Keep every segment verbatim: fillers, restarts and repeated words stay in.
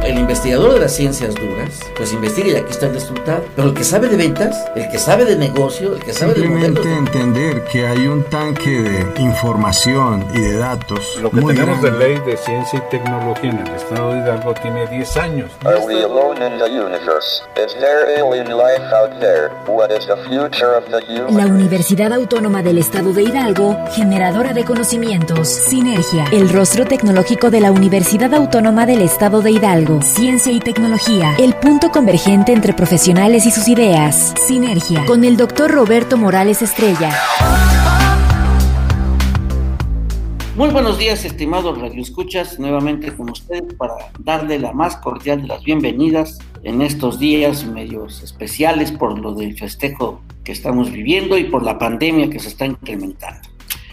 el investigador de las ciencias duras, pues investiga y aquí está el resultado. Pero el que sabe de ventas, el que sabe de negocio, el que sabe de modelos... Simplemente entender que hay un tanque de información y de datos. Lo que muy tenemos grande. de ley de ciencia y tecnología en el estado de Hidalgo tiene diez años. Are we alone in the universe? Is there alien life out there? What is the future of the human La race? Universidad Autónoma del Estado de Hidalgo, generadora de conocimientos. Sinergia, el rostro tecnológico de la Universidad Autónoma del Estado de Hidalgo. Ciencia y tecnología, el punto convergente entre profesionales y sus ideas. Sinergia, con el doctor Roberto Morales Estrella. Muy buenos días, estimados radioescuchas, nuevamente con ustedes para darle la más cordial de las bienvenidas en estos días medios especiales por lo del festejo que estamos viviendo y por la pandemia que se está incrementando.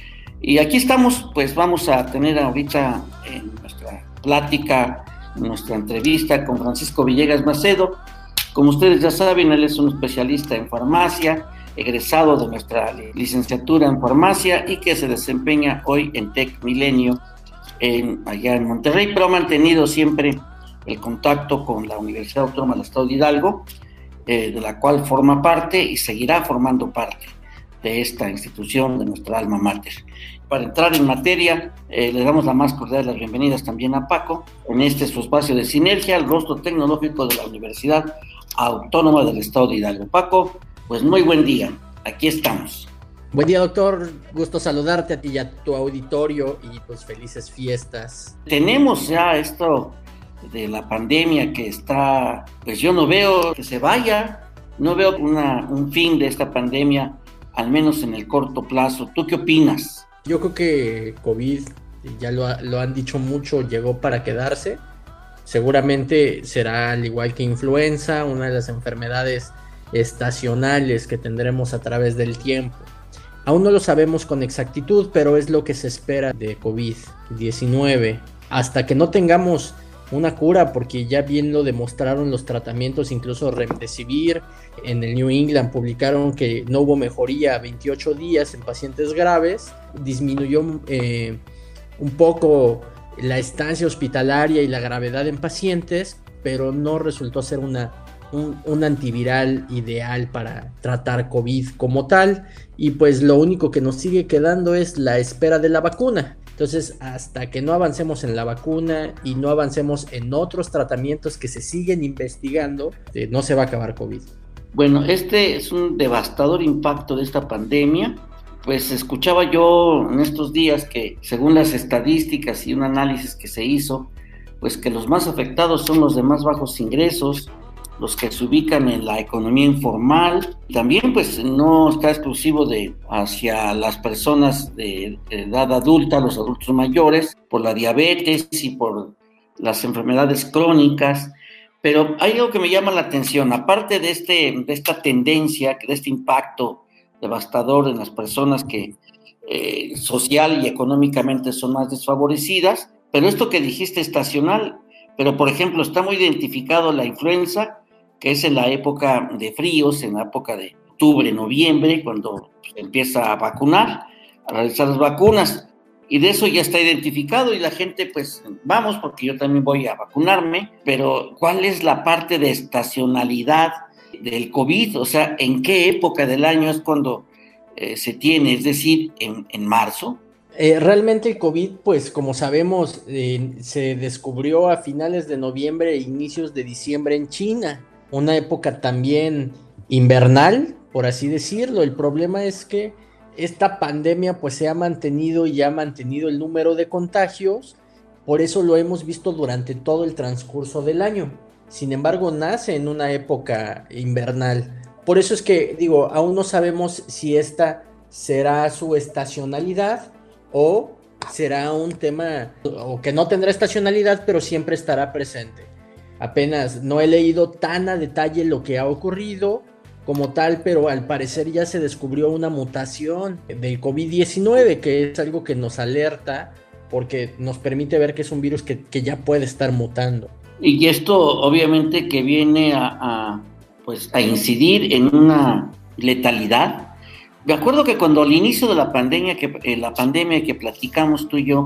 Y aquí estamos, pues vamos a tener ahorita en nuestra plática, en nuestra entrevista con Francisco Villegas Macedo. Como ustedes ya saben, él es un especialista en farmacia, egresado de nuestra licenciatura en farmacia y que se desempeña hoy en Tec Milenio en, allá en Monterrey, pero ha mantenido siempre el contacto con la Universidad Autónoma del Estado de Hidalgo, eh, de la cual forma parte y seguirá formando parte de esta institución, de nuestra alma mater. Para entrar en materia, eh, le damos la más cordial de las bienvenidas también a Paco, en este su espacio de Sinergia, el rostro tecnológico de la Universidad Autónoma del Estado de Hidalgo. Paco, pues muy buen día, aquí estamos. Buen día, doctor, gusto saludarte a ti y a tu auditorio y pues felices fiestas. Tenemos ya esto de la pandemia que está, pues yo no veo que se vaya, no veo una, un fin de esta pandemia, al menos en el corto plazo. ¿Tú qué opinas? Yo creo que COVID, ya lo, ha, lo han dicho mucho, llegó para quedarse. Seguramente será al igual que influenza, una de las enfermedades estacionales que tendremos a través del tiempo. Aún no lo sabemos con exactitud, pero es lo que se espera de COVID diecinueve. Hasta que no tengamos una cura, porque ya bien lo demostraron los tratamientos, incluso Remdesivir, en el New England publicaron que no hubo mejoría a veintiocho días en pacientes graves, disminuyó eh, un poco la estancia hospitalaria y la gravedad en pacientes, pero no resultó ser una Un, un antiviral ideal para tratar COVID como tal, y pues lo único que nos sigue quedando es la espera de la vacuna. Entonces, hasta que no avancemos en la vacuna y no avancemos en otros tratamientos que se siguen investigando, eh, no se va a acabar COVID. Bueno, este es un devastador impacto de esta pandemia. Pues escuchaba yo en estos días que, según las estadísticas y un análisis que se hizo, pues que los más afectados son los de más bajos ingresos, los que se ubican en la economía informal. También pues no está exclusivo de hacia las personas de edad adulta, los adultos mayores, por la diabetes y por las enfermedades crónicas. Pero hay algo que me llama la atención, aparte de, este, de esta tendencia, de este impacto devastador en las personas que eh, social y económicamente son más desfavorecidas, pero esto que dijiste estacional, pero por ejemplo está muy identificado la influenza, que es en la época de fríos, en la época de octubre, noviembre, cuando se empieza a vacunar, a realizar las vacunas, y de eso ya está identificado y la gente pues vamos, porque yo también voy a vacunarme, pero ¿cuál es la parte de estacionalidad del COVID? O sea, ¿en qué época del año es cuando eh, se tiene? Es decir, ¿en, en marzo? Eh, realmente el COVID, pues como sabemos, eh, se descubrió a finales de noviembre e inicios de diciembre en China, una época también invernal, por así decirlo. El problema es que esta pandemia pues se ha mantenido y ha mantenido el número de contagios, por eso lo hemos visto durante todo el transcurso del año. Sin embargo, nace en una época invernal. Por eso es que, digo, aún no sabemos si esta será su estacionalidad o será un tema o que no tendrá estacionalidad, pero siempre estará presente. Apenas no he leído tan a detalle lo que ha ocurrido como tal, pero al parecer ya se descubrió una mutación del COVID diecinueve, que es algo que nos alerta porque nos permite ver que es un virus que, que ya puede estar mutando. Y esto obviamente que viene a, a, pues, a incidir en una letalidad. Me acuerdo que cuando al inicio de la pandemia que, eh, la pandemia que platicamos tú y yo,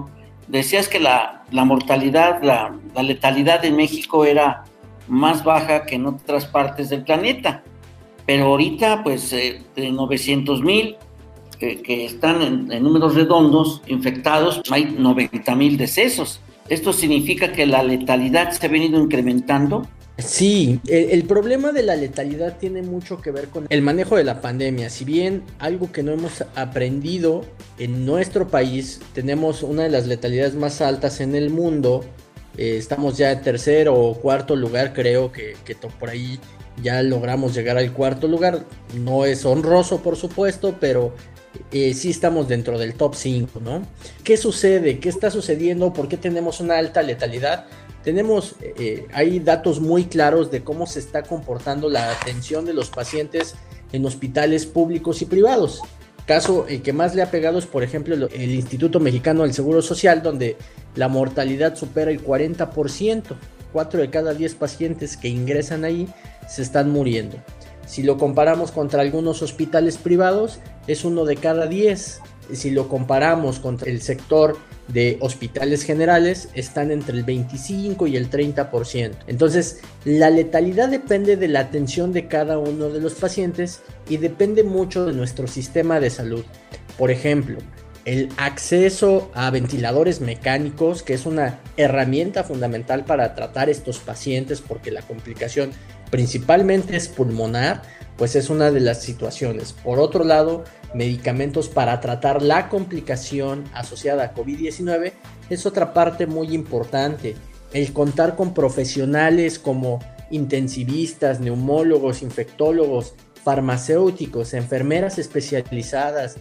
decías que la, la mortalidad, la, la letalidad en México era más baja que en otras partes del planeta, pero ahorita pues eh, de novecientos mil eh, que están en, en números redondos infectados, hay noventa mil decesos. ¿Esto significa que la letalidad se ha venido incrementando? Sí, el, el problema de la letalidad tiene mucho que ver con el manejo de la pandemia. Si bien algo que no hemos aprendido en nuestro país, tenemos una de las letalidades más altas en el mundo, eh, estamos ya en tercer o cuarto lugar, creo que, que por ahí ya logramos llegar al cuarto lugar. No es honroso, por supuesto, pero eh, sí estamos dentro del top cinco, ¿no? ¿Qué sucede? ¿Qué está sucediendo? ¿Por qué tenemos una alta letalidad? Tenemos, eh, hay datos muy claros de cómo se está comportando la atención de los pacientes en hospitales públicos y privados. Caso eh, que más le ha pegado es, por ejemplo, el, el Instituto Mexicano del Seguro Social, donde la mortalidad supera el cuarenta por ciento. cuatro de cada diez pacientes que ingresan ahí se están muriendo. Si lo comparamos contra algunos hospitales privados, es uno de cada diez. Si lo comparamos contra el sector de hospitales generales, están entre el veinticinco y el treinta por ciento. Entonces, la letalidad depende de la atención de cada uno de los pacientes y depende mucho de nuestro sistema de salud. Por ejemplo, el acceso a ventiladores mecánicos, que es una herramienta fundamental para tratar estos pacientes, porque la complicación principalmente es pulmonar, pues es una de las situaciones. Por otro lado, medicamentos para tratar la complicación asociada a covid diecinueve es otra parte muy importante. El contar con profesionales como intensivistas, neumólogos, infectólogos, farmacéuticos, enfermeras especializadas,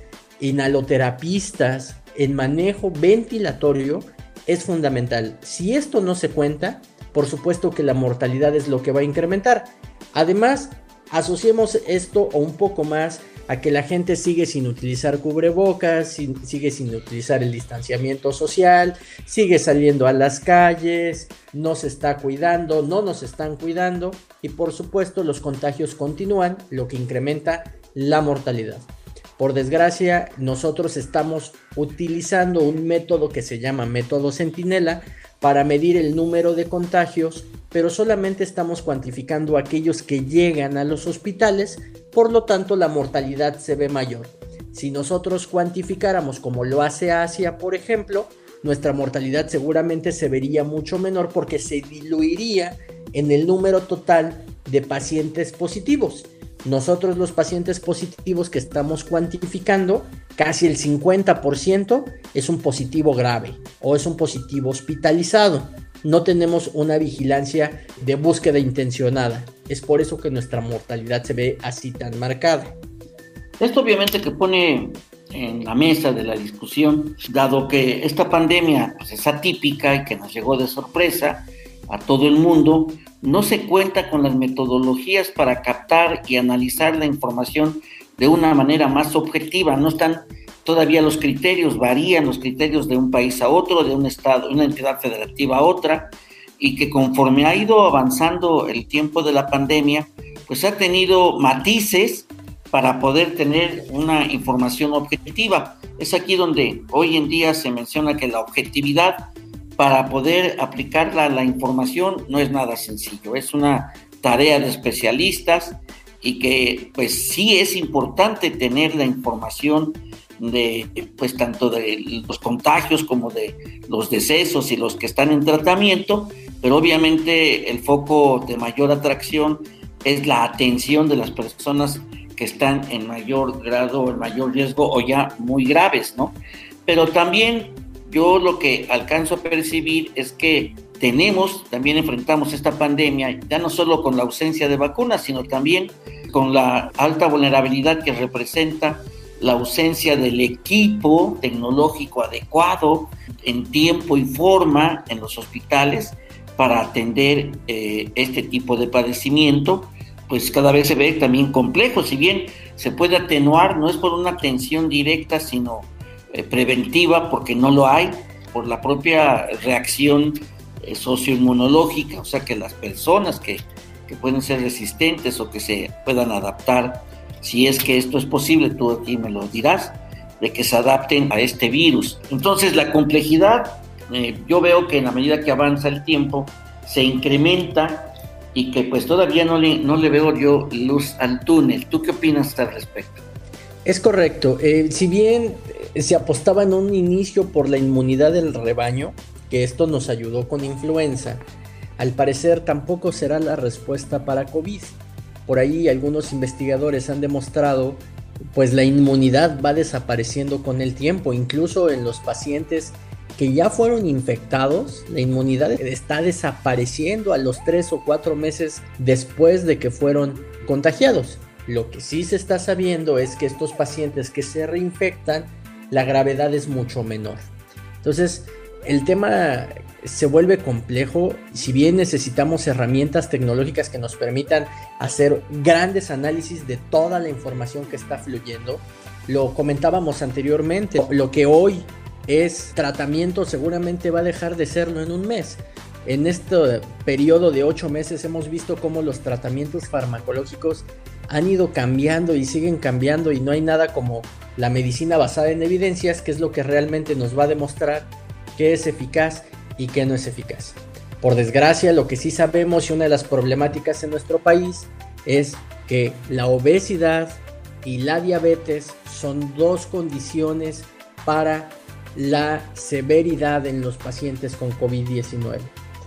inhaloterapistas, en manejo ventilatorio es fundamental. Si esto no se cuenta, por supuesto que la mortalidad es lo que va a incrementar. Además, asociemos esto o un poco más a que la gente sigue sin utilizar cubrebocas, sin, sigue sin utilizar el distanciamiento social, sigue saliendo a las calles, no se está cuidando, no nos están cuidando y por supuesto los contagios continúan, lo que incrementa la mortalidad. Por desgracia, nosotros estamos utilizando un método que se llama método Centinela para medir el número de contagios, pero solamente estamos cuantificando aquellos que llegan a los hospitales, por lo tanto la mortalidad se ve mayor. Si nosotros cuantificáramos como lo hace Asia, por ejemplo, nuestra mortalidad seguramente se vería mucho menor porque se diluiría en el número total de pacientes positivos. Nosotros los pacientes positivos que estamos cuantificando, casi el cincuenta por ciento es un positivo grave o es un positivo hospitalizado. No tenemos una vigilancia de búsqueda intencionada. Es por eso que nuestra mortalidad se ve así tan marcada. Esto obviamente que pone en la mesa de la discusión, dado que esta pandemia pues, es atípica y que nos llegó de sorpresa a todo el mundo, no se cuenta con las metodologías para captar y analizar la información de una manera más objetiva. No están todavía los criterios, varían los criterios de un país a otro, de un estado, una entidad federativa a otra, y que conforme ha ido avanzando el tiempo de la pandemia, pues ha tenido matices para poder tener una información objetiva. Es aquí donde hoy en día se menciona que la objetividad para poder aplicarla a la información no es nada sencillo, es una tarea de especialistas y que pues sí es importante tener la información de pues tanto de los contagios como de los decesos y los que están en tratamiento, pero obviamente el foco de mayor atracción es la atención de las personas que están en mayor grado, en mayor riesgo o ya muy graves, ¿no? Pero también yo lo que alcanzo a percibir es que tenemos, también enfrentamos esta pandemia, ya no solo con la ausencia de vacunas, sino también con la alta vulnerabilidad que representa la ausencia del equipo tecnológico adecuado en tiempo y forma en los hospitales para atender eh, este tipo de padecimiento, pues cada vez se ve también complejo. Si bien se puede atenuar, no es por una atención directa, sino eh, preventiva, porque no lo hay, por la propia reacción eh, socioinmunológica, o sea que las personas que, que pueden ser resistentes o que se puedan adaptar, si es que esto es posible, tú aquí me lo dirás, de que se adapten a este virus. Entonces la complejidad eh, yo veo que en la medida que avanza el tiempo se incrementa y que pues todavía no le, no le veo yo luz al túnel. ¿Tú qué opinas al respecto? Es correcto. Eh, si bien se apostaba en un inicio por la inmunidad del rebaño, que esto nos ayudó con influenza, al parecer tampoco será la respuesta para COVID. Por ahí algunos investigadores han demostrado pues la inmunidad va desapareciendo con el tiempo, incluso en los pacientes que ya fueron infectados, la inmunidad está desapareciendo a los tres o cuatro meses después de que fueron contagiados. Lo que sí se está sabiendo es que estos pacientes que se reinfectan, la gravedad es mucho menor. Entonces, el tema se vuelve complejo, si bien necesitamos herramientas tecnológicas que nos permitan hacer grandes análisis de toda la información que está fluyendo. Lo comentábamos anteriormente, lo que hoy es tratamiento seguramente va a dejar de serlo en un mes. En este periodo de ocho meses hemos visto cómo los tratamientos farmacológicos han ido cambiando y siguen cambiando, y no hay nada como la medicina basada en evidencias, que es lo que realmente nos va a demostrar qué es eficaz y qué no es eficaz. Por desgracia, lo que sí sabemos, y una de las problemáticas en nuestro país, es que la obesidad y la diabetes son dos condiciones para la severidad en los pacientes con COVID diecinueve.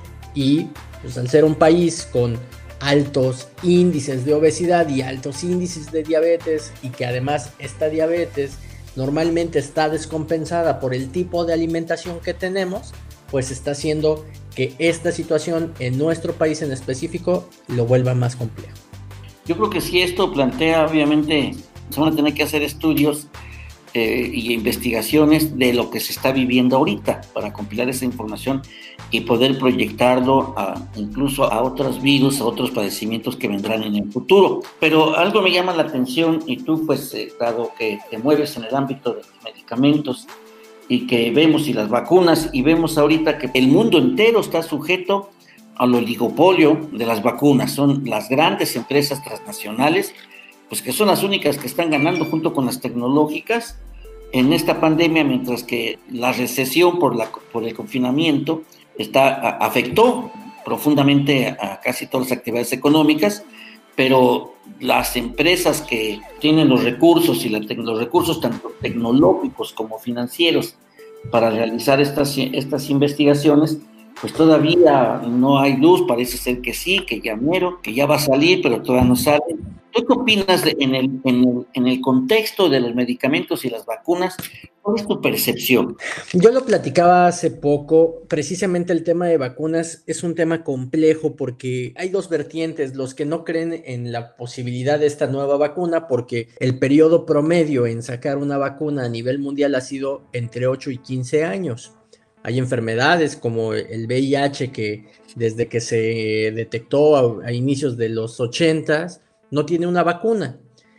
Y pues, al ser un país con altos índices de obesidad y altos índices de diabetes, y que además esta diabetes normalmente está descompensada por el tipo de alimentación que tenemos, pues está haciendo que esta situación en nuestro país en específico lo vuelva más complejo. Yo creo que si esto plantea, obviamente, se van a tener que hacer estudios eh, y investigaciones de lo que se está viviendo ahorita para compilar esa información y poder proyectarlo a, incluso a otros virus, a otros padecimientos que vendrán en el futuro. Pero algo me llama la atención, y tú, pues, eh, dado que te mueves en el ámbito de los medicamentos y que vemos y las vacunas, y vemos ahorita que el mundo entero está sujeto al oligopolio de las vacunas. Son las grandes empresas transnacionales, pues que son las únicas que están ganando junto con las tecnológicas en esta pandemia, mientras que la recesión por, la, por el confinamiento está, a, afectó profundamente a, a casi todas las actividades económicas, pero las empresas que tienen los recursos y la, los recursos tanto tecnológicos como financieros para realizar estas, estas investigaciones, pues todavía no hay luz. Parece ser que sí, que ya mero, que ya va a salir, pero todavía no sale. ¿Tú qué opinas de, en, el, en, el, en el contexto de los medicamentos y las vacunas? ¿Cuál es tu percepción? Yo lo platicaba hace poco. Precisamente el tema de vacunas es un tema complejo porque hay dos vertientes: los que no creen en la posibilidad de esta nueva vacuna, porque el periodo promedio en sacar una vacuna a nivel mundial ha sido entre ocho y quince años. Hay enfermedades como el V I H que desde que se detectó a, a inicios de los ochentas no tiene una vacuna.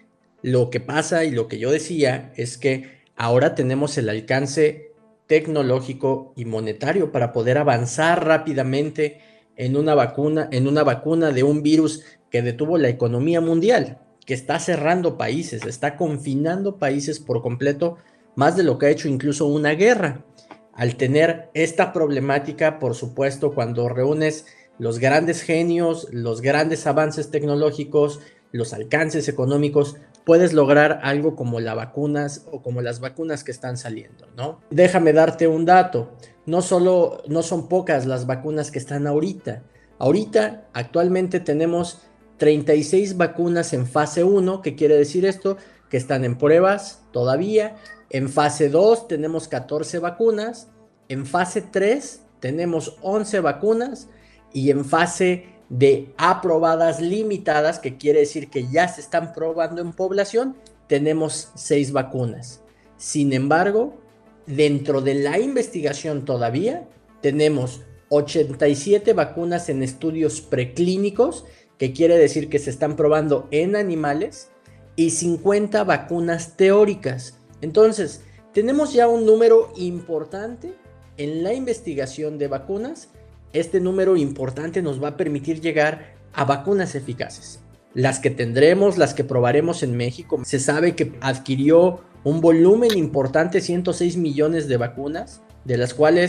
Lo que pasa, y lo que yo decía, es que ahora tenemos el alcance tecnológico y monetario para poder avanzar rápidamente en una vacuna, en una vacuna de un virus que detuvo la economía mundial, que está cerrando países, está confinando países por completo, más de lo que ha hecho incluso una guerra. Al tener esta problemática, por supuesto, cuando reúnes los grandes genios, los grandes avances tecnológicos, los alcances económicos, puedes lograr algo como las vacunas o como las vacunas que están saliendo, ¿no? Déjame darte un dato. No solo, no son pocas las vacunas que están ahorita. Ahorita, actualmente tenemos treinta y seis vacunas en fase uno. ¿Qué quiere decir esto? Que están en pruebas todavía. En fase dos tenemos catorce vacunas. En fase tres tenemos once vacunas. Y en fase de aprobadas limitadas, que quiere decir que ya se están probando en población, tenemos seis vacunas. Sin embargo, dentro de la investigación todavía tenemos ochenta y siete vacunas en estudios preclínicos, que quiere decir que se están probando en animales, y cincuenta vacunas teóricas. Entonces, tenemos ya un número importante en la investigación de vacunas. Este número importante nos va a permitir llegar a vacunas eficaces. Las que tendremos, las que probaremos en México. Se sabe que adquirió un volumen importante, ciento seis millones de vacunas, de las cuales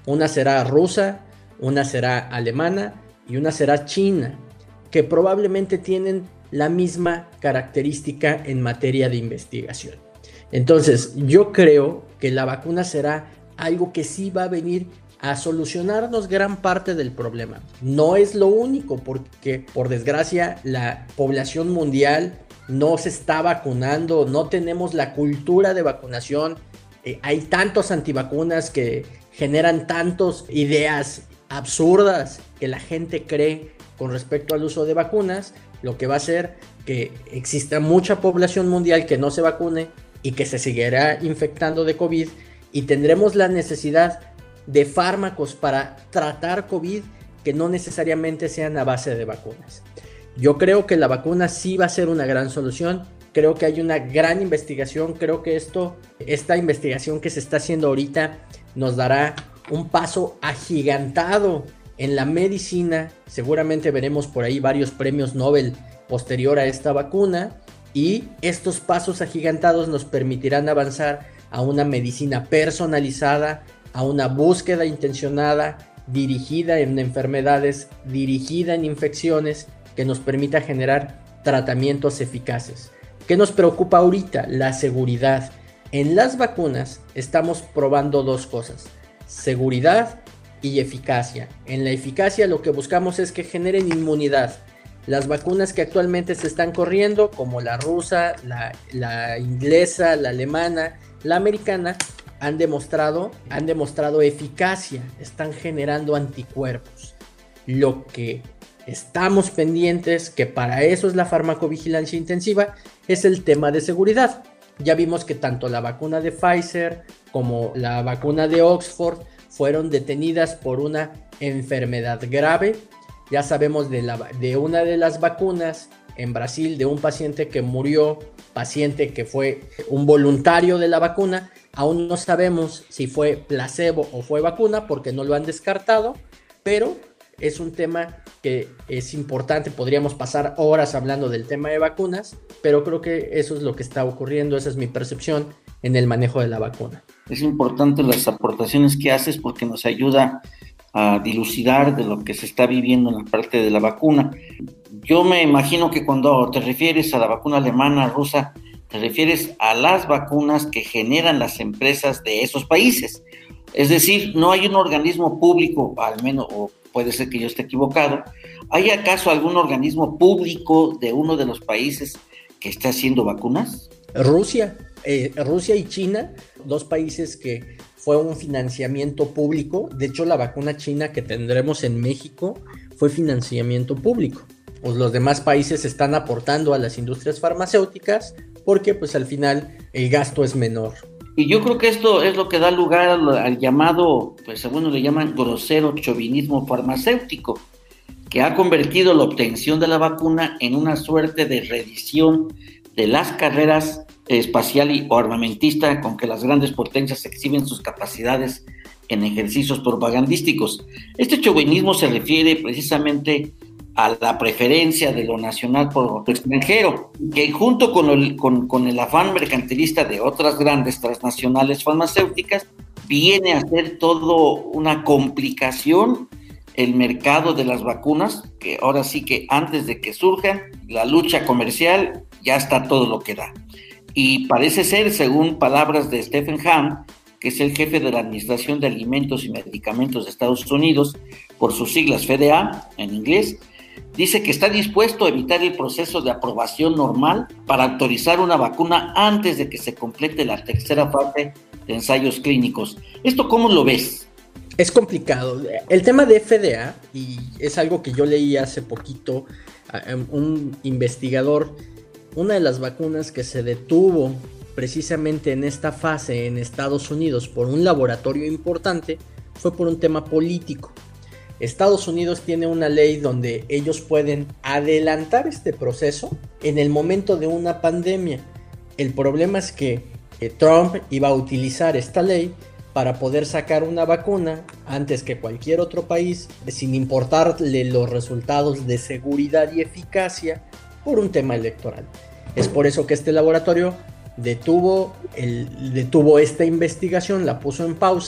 Una será rusa, una será alemana y una será china, que probablemente tienen la misma característica en materia de investigación. Entonces, yo creo que la vacuna será algo que sí va a venir a solucionarnos gran parte del problema. No es lo único, porque por desgracia la población mundial no se está vacunando, no tenemos la cultura de vacunación. Eh, hay tantos antivacunas que generan tantas ideas absurdas que la gente cree con respecto al uso de vacunas, lo que va a hacer que exista mucha población mundial que no se vacune y que se seguirá infectando de COVID, y tendremos la necesidad de fármacos para tratar COVID que no necesariamente sean a base de vacunas. Yo creo que la vacuna sí va a ser una gran solución. Creo que hay una gran investigación. Creo que esto, esta investigación que se está haciendo ahorita nos dará un paso agigantado en la medicina. Seguramente veremos por ahí varios premios Nobel posterior a esta vacuna, y estos pasos agigantados nos permitirán avanzar a una medicina personalizada, a una búsqueda intencionada, dirigida en enfermedades, dirigida en infecciones, que nos permita generar tratamientos eficaces. ¿Qué nos preocupa ahorita? La seguridad. En las vacunas estamos probando dos cosas: seguridad y eficacia. En la eficacia lo que buscamos es que generen inmunidad. Las vacunas que actualmente se están corriendo, como la rusa, la, la inglesa, la alemana, la americana, han demostrado, han demostrado eficacia, están generando anticuerpos. Lo que estamos pendientes, que para eso es la farmacovigilancia intensiva, es el tema de seguridad. Ya vimos que tanto la vacuna de Pfizer como la vacuna de Oxford fueron detenidas por una enfermedad grave. Ya sabemos de, la, de una de las vacunas en Brasil, de un paciente que murió, paciente que fue un voluntario de la vacuna. Aún no sabemos si fue placebo o fue vacuna, porque no lo han descartado, pero es un tema que es importante. Podríamos pasar horas hablando del tema de vacunas, pero creo que eso es lo que está ocurriendo. Esa es mi percepción en el manejo de la vacuna. Es importante las aportaciones que haces, porque nos ayuda a dilucidar de lo que se está viviendo en la parte de la vacuna. Yo me imagino que cuando te refieres a la vacuna alemana, rusa, te refieres a las vacunas que generan las empresas de esos países. Es decir, no hay un organismo público, al menos, o puede ser que yo esté equivocado, ¿hay acaso algún organismo público de uno de los países que esté haciendo vacunas? Rusia, eh, Rusia y China, dos países que fue un financiamiento público. De hecho, la vacuna china que tendremos en México fue financiamiento público. Pues los demás países están aportando a las industrias farmacéuticas, porque pues al final el gasto es menor. Y yo creo que esto es lo que da lugar al, al llamado, pues algunos le llaman grosero chauvinismo farmacéutico, que ha convertido la obtención de la vacuna en una suerte de reedición de las carreras espacial y o armamentista con que las grandes potencias exhiben sus capacidades en ejercicios propagandísticos. Este chauvinismo se refiere precisamente a la preferencia de lo nacional por lo extranjero, que junto con el, con, con el afán mercantilista de otras grandes transnacionales farmacéuticas, viene a ser todo una complicación el mercado de las vacunas, que ahora sí que antes de que surjan, la lucha comercial ya está todo lo que da. Y parece ser, según palabras de Stephen Hahn, que es el jefe de la Administración de Alimentos y Medicamentos de Estados Unidos, por sus siglas F D A en inglés, dice que está dispuesto a evitar el proceso de aprobación normal para autorizar una vacuna antes de que se complete la tercera fase de ensayos clínicos. ¿Esto cómo lo ves? Es complicado. El tema de F D A, y es algo que yo leí hace poquito, un investigador, una de las vacunas que se detuvo precisamente en esta fase en Estados Unidos por un laboratorio importante fue por un tema político. Estados Unidos tiene una ley donde ellos pueden adelantar este proceso en el momento de una pandemia. El problema es que eh, Trump iba a utilizar esta ley para poder sacar una vacuna antes que cualquier otro país, sin importarle los resultados de seguridad y eficacia, por un tema electoral. Es por eso que este laboratorio detuvo, el, detuvo esta investigación, la puso en pausa,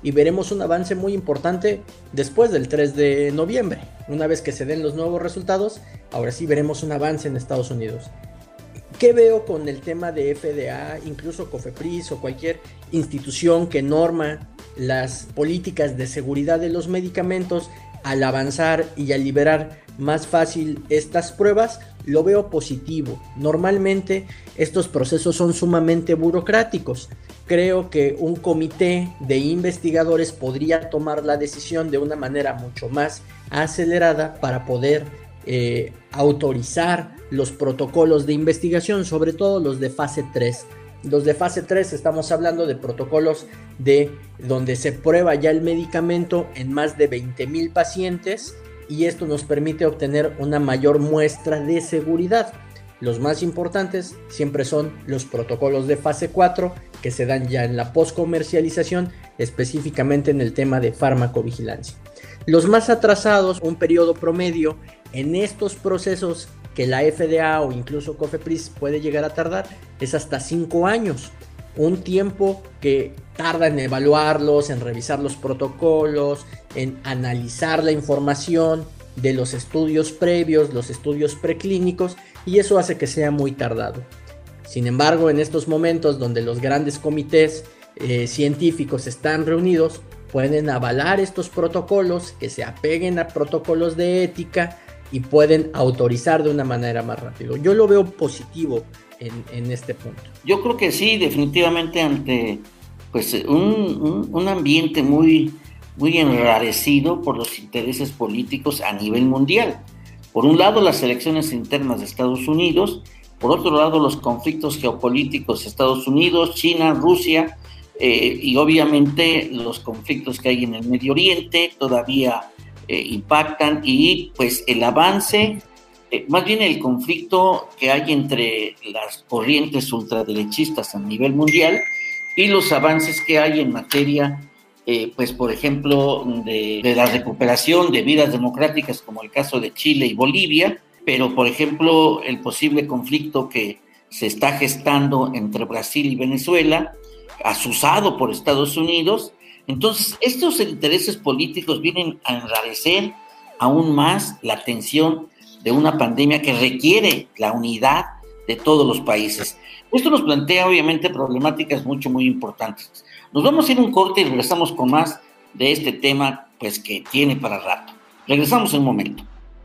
y veremos un avance muy importante después del tres de noviembre. Una vez que se den los nuevos resultados, ahora sí veremos un avance en Estados Unidos. ¿Qué veo con el tema de F D A, incluso COFEPRIS o cualquier institución que norma las políticas de seguridad de los medicamentos al avanzar y al liberar más fácil estas pruebas? Lo veo positivo. Normalmente estos procesos son sumamente burocráticos. Creo que un comité de investigadores podría tomar la decisión de una manera mucho más acelerada para poder eh, autorizar los protocolos de investigación, sobre todo los de fase tres. Los de fase tres estamos hablando de protocolos de donde se prueba ya el medicamento en más de veinte mil pacientes, y esto nos permite obtener una mayor muestra de seguridad. Los más importantes siempre son los protocolos de fase cuatro, que se dan ya en la poscomercialización, específicamente en el tema de farmacovigilancia. Los más atrasados, un periodo promedio en estos procesos que la F D A o incluso COFEPRIS puede llegar a tardar, es hasta cinco años. Un tiempo que tarda en evaluarlos, en revisar los protocolos, en analizar la información de los estudios previos, los estudios preclínicos, y eso hace que sea muy tardado. Sin embargo, en estos momentos donde los grandes comités eh, científicos están reunidos, pueden avalar estos protocolos, que se apeguen a protocolos de ética y pueden autorizar de una manera más rápido. Yo lo veo positivo en, en este punto. Yo creo que sí, definitivamente ante pues un, un, un ambiente muy, muy enrarecido por los intereses políticos a nivel mundial. Por un lado, las elecciones internas de Estados Unidos, por otro lado, los conflictos geopolíticos de Estados Unidos, China, Rusia, eh, y obviamente los conflictos que hay en el Medio Oriente todavía eh, impactan, y pues el avance, eh, más bien el conflicto que hay entre las corrientes ultraderechistas a nivel mundial y los avances que hay en materia, eh, pues por ejemplo, de, de la recuperación de vidas democráticas, como el caso de Chile y Bolivia, pero por ejemplo el posible conflicto que se está gestando entre Brasil y Venezuela, azuzado por Estados Unidos. Entonces, estos intereses políticos vienen a enrarecer aún más la tensión de una pandemia que requiere la unidad de todos los países. Esto nos plantea obviamente problemáticas mucho, muy importantes. Nos vamos a ir a un corte y regresamos con más de este tema, pues que tiene para rato. Regresamos en un momento.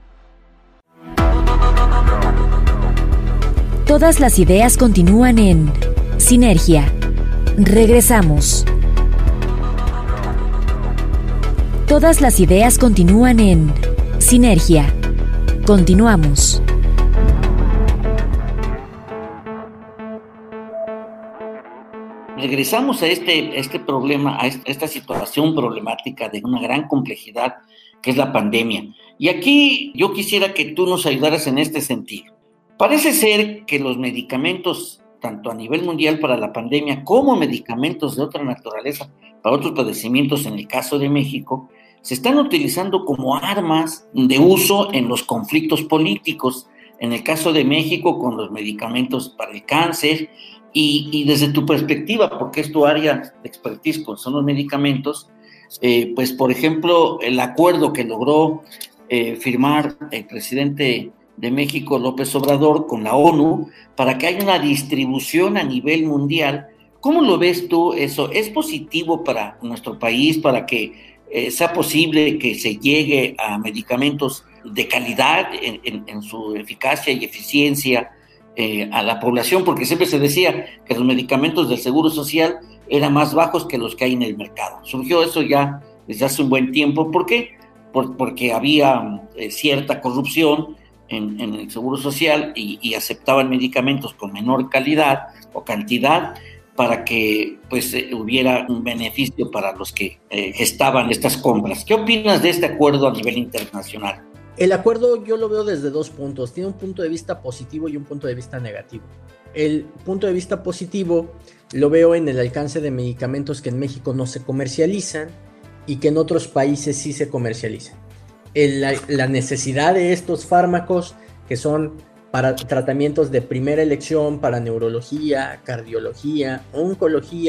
Todas las ideas continúan en Sinergia. Regresamos. Todas las ideas continúan en Sinergia. Continuamos. Regresamos a este, este problema, a esta situación problemática de una gran complejidad que es la pandemia. Y aquí yo quisiera que tú nos ayudaras en este sentido. Parece ser que los medicamentos, tanto a nivel mundial para la pandemia como medicamentos de otra naturaleza para otros padecimientos, en el caso de México, se están utilizando como armas de uso en los conflictos políticos. En el caso de México, con los medicamentos para el cáncer, y, y desde tu perspectiva, porque es tu área de expertise, son los medicamentos, eh, pues por ejemplo, el acuerdo que logró eh, firmar el presidente de México, López Obrador, con la ONU, para que haya una distribución a nivel mundial. ¿Cómo lo ves tú eso? ¿Es positivo para nuestro país, para que eh, sea posible que se llegue a medicamentos de calidad en, en, en su eficacia y eficiencia eh, a la población? Porque siempre se decía que los medicamentos del Seguro Social eran más bajos que los que hay en el mercado. Surgió eso ya desde hace un buen tiempo. ¿Por qué? Por, porque había eh, cierta corrupción En, en el Seguro Social y, y aceptaban medicamentos con menor calidad o cantidad para que pues eh, hubiera un beneficio para los que eh, gestaban estas compras. ¿Qué opinas de este acuerdo a nivel internacional? El acuerdo yo lo veo desde dos puntos. Tiene un punto de vista positivo y un punto de vista negativo. El punto de vista positivo lo veo en el alcance de medicamentos que en México no se comercializan y que en otros países sí se comercializan. El, la, la necesidad de estos fármacos que son para tratamientos de primera elección para neurología, cardiología, oncología,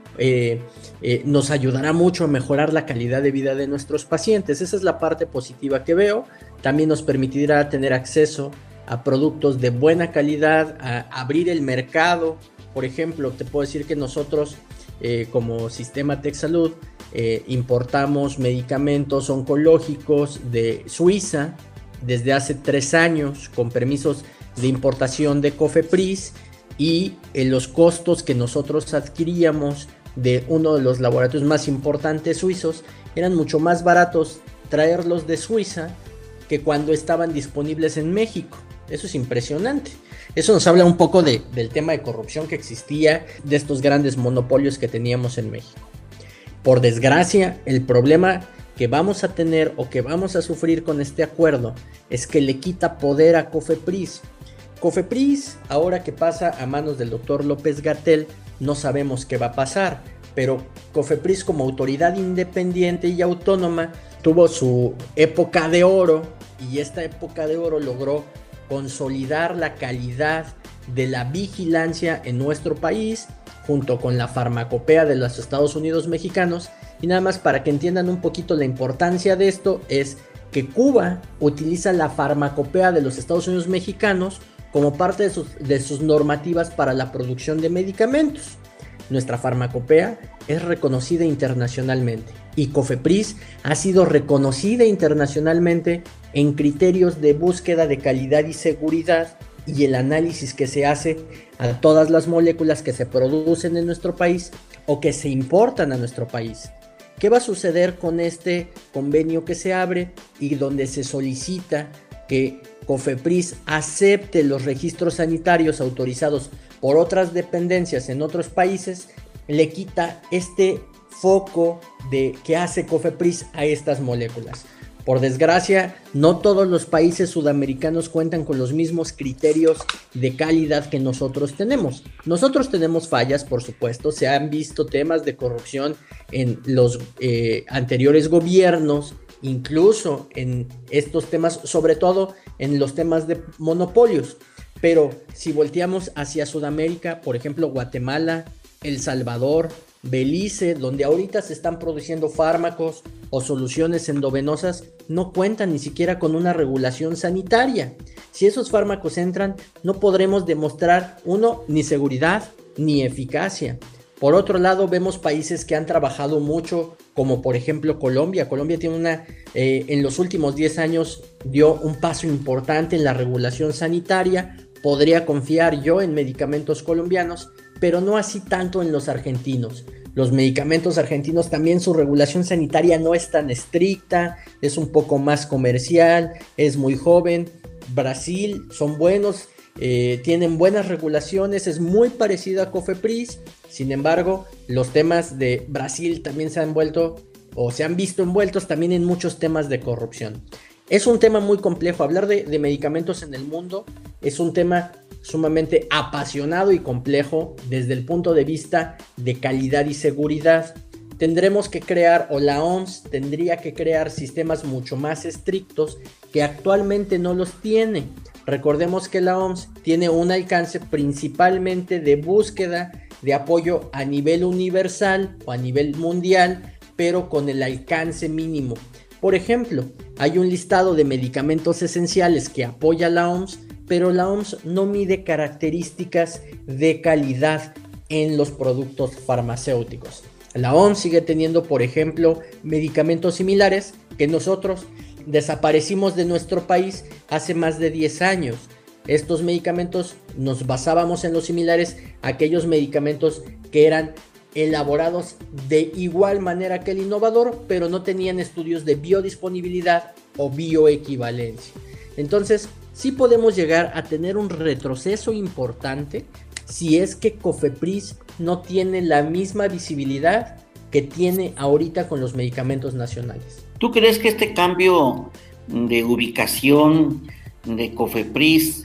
eh, eh, nos ayudará mucho a mejorar la calidad de vida de nuestros pacientes. Esa es la parte positiva que veo. También nos permitirá tener acceso a productos de buena calidad, a abrir el mercado. Por ejemplo, te puedo decir que nosotros eh, como Sistema TecSalud eh, importamos medicamentos oncológicos de Suiza desde hace tres años con permisos de importación de COFEPRIS, y eh, los costos que nosotros adquiríamos de uno de los laboratorios más importantes suizos eran mucho más baratos traerlos de Suiza que cuando estaban disponibles en México. Eso es impresionante. Eso nos habla un poco de, del tema de corrupción que existía, de estos grandes monopolios que teníamos en México. Por desgracia, el problema que vamos a tener o que vamos a sufrir con este acuerdo es que le quita poder a COFEPRIS. COFEPRIS, ahora que pasa a manos del doctor López-Gatell, no sabemos qué va a pasar, pero COFEPRIS como autoridad independiente y autónoma tuvo su época de oro, y esta época de oro logró consolidar la calidad de la vigilancia en nuestro país, junto con la farmacopea de los Estados Unidos mexicanos. Y nada más para que entiendan un poquito la importancia de esto, es que Cuba utiliza la farmacopea de los Estados Unidos mexicanos como parte de sus, de sus normativas para la producción de medicamentos. Nuestra farmacopea es reconocida internacionalmente, y COFEPRIS ha sido reconocida internacionalmente en criterios de búsqueda de calidad y seguridad, y el análisis que se hace a todas las moléculas que se producen en nuestro país o que se importan a nuestro país. ¿Qué va a suceder con este convenio que se abre y donde se solicita que COFEPRIS acepte los registros sanitarios autorizados por otras dependencias en otros países? Le quita este foco de que hace COFEPRIS a estas moléculas. Por desgracia, no todos los países sudamericanos cuentan con los mismos criterios de calidad que nosotros tenemos. Nosotros tenemos fallas, por supuesto. Se han visto temas de corrupción en los eh, anteriores gobiernos, incluso en estos temas, sobre todo en los temas de monopolios. Pero si volteamos hacia Sudamérica, por ejemplo, Guatemala, El Salvador, Belice, donde ahorita se están produciendo fármacos o soluciones endovenosas, no cuentan ni siquiera con una regulación sanitaria. Si esos fármacos entran, no podremos demostrar, uno, ni seguridad ni eficacia. Por otro lado, vemos países que han trabajado mucho, como por ejemplo Colombia. Colombia tiene una, eh, en los últimos diez años dio un paso importante en la regulación sanitaria. Podría confiar yo en medicamentos colombianos, pero no así tanto en los argentinos. Los medicamentos argentinos también, su regulación sanitaria no es tan estricta, es un poco más comercial, es muy joven. Brasil son buenos, eh, tienen buenas regulaciones, es muy parecido a COFEPRIS. Sin embargo, los temas de Brasil también se han vuelto o se han visto envueltos también en muchos temas de corrupción. Es un tema muy complejo. Hablar de, de medicamentos en el mundo es un tema sumamente apasionado y complejo desde el punto de vista de calidad y seguridad. Tendremos que crear, o la O M S tendría que crear sistemas mucho más estrictos que actualmente no los tiene. Recordemos que la O M S tiene un alcance principalmente de búsqueda de apoyo a nivel universal o a nivel mundial, pero con el alcance mínimo. Por ejemplo, hay un listado de medicamentos esenciales que apoya la O M S, pero la O M S no mide características de calidad en los productos farmacéuticos. La O M S sigue teniendo, por ejemplo, medicamentos similares que nosotros desaparecimos de nuestro país hace más de diez años. Estos medicamentos nos basábamos en los similares a aquellos medicamentos que eran elaborados de igual manera que el innovador, pero no tenían estudios de biodisponibilidad o bioequivalencia. Entonces, sí podemos llegar a tener un retroceso importante si es que COFEPRIS no tiene la misma visibilidad que tiene ahorita con los medicamentos nacionales. ¿Tú crees que este cambio de ubicación de COFEPRIS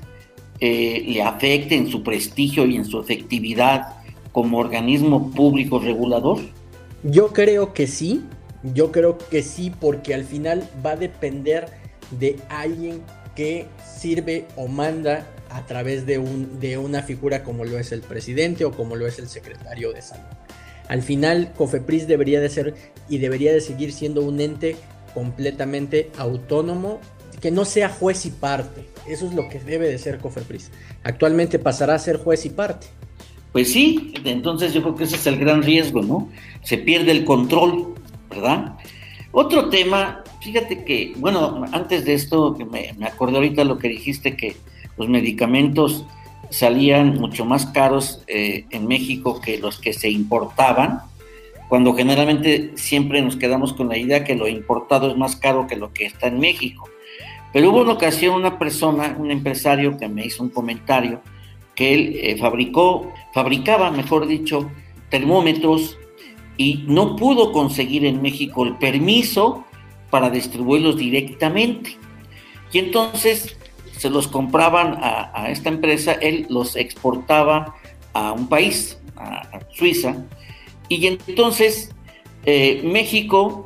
eh, le afecte en su prestigio y en su efectividad como organismo público regulador? Yo creo que sí, yo creo que sí, porque al final va a depender de alguien que sirve o manda a través de, un, de una figura como lo es el presidente o como lo es el secretario de salud. Al final, COFEPRIS debería de ser y debería de seguir siendo un ente completamente autónomo, que no sea juez y parte. Eso es lo que debe de ser COFEPRIS. Actualmente pasará a ser juez y parte. Pues sí, entonces yo creo que ese es el gran riesgo, ¿no? Se pierde el control, ¿verdad? Otro tema, fíjate que, bueno, antes de esto, me, me acordé ahorita lo que dijiste, que los medicamentos salían mucho más caros eh, en México que los que se importaban, cuando generalmente siempre nos quedamos con la idea que lo importado es más caro que lo que está en México. Pero hubo una ocasión una persona, un empresario que me hizo un comentario, que él eh, fabricó, fabricaba, mejor dicho, termómetros y no pudo conseguir en México el permiso para distribuirlos directamente. Y entonces se los compraban a, a esta empresa, él los exportaba a un país, a, a Suiza, y entonces eh, México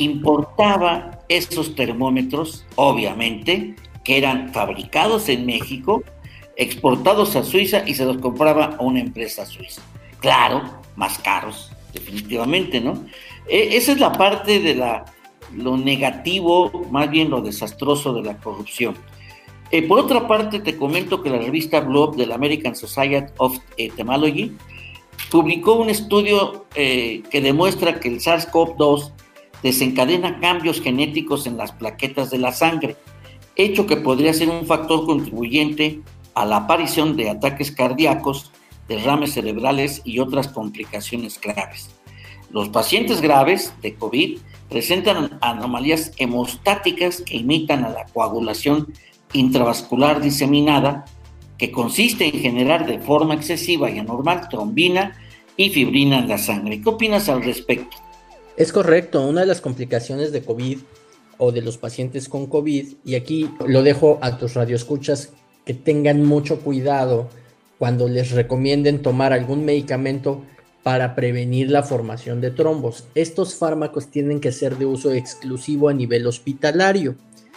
importaba esos termómetros, obviamente, que eran fabricados en México, exportados a Suiza y se los compraba a una empresa suiza. Claro, más caros, definitivamente, ¿no? E- esa es la parte de la, lo negativo, más bien lo desastroso de la corrupción. Eh, por otra parte, te comento que la revista Blood de la American Society of Epidemiology publicó un estudio eh, que demuestra que el SARS-CoV dos desencadena cambios genéticos en las plaquetas de la sangre, hecho que podría ser un factor contribuyente a la aparición de ataques cardíacos, derrames cerebrales y otras complicaciones graves. Los pacientes graves de COVID presentan anomalías hemostáticas que imitan a la coagulación intravascular diseminada, que consiste en generar de forma excesiva y anormal trombina y fibrina en la sangre. ¿Qué opinas al respecto? Es correcto, una de las complicaciones de COVID o de los pacientes con COVID, y aquí lo dejo a tus radioescuchas que tengan mucho cuidado cuando les recomienden tomar algún medicamento para prevenir la formación de trombos. Estos fármacos tienen que ser de uso exclusivo a nivel hospitalario.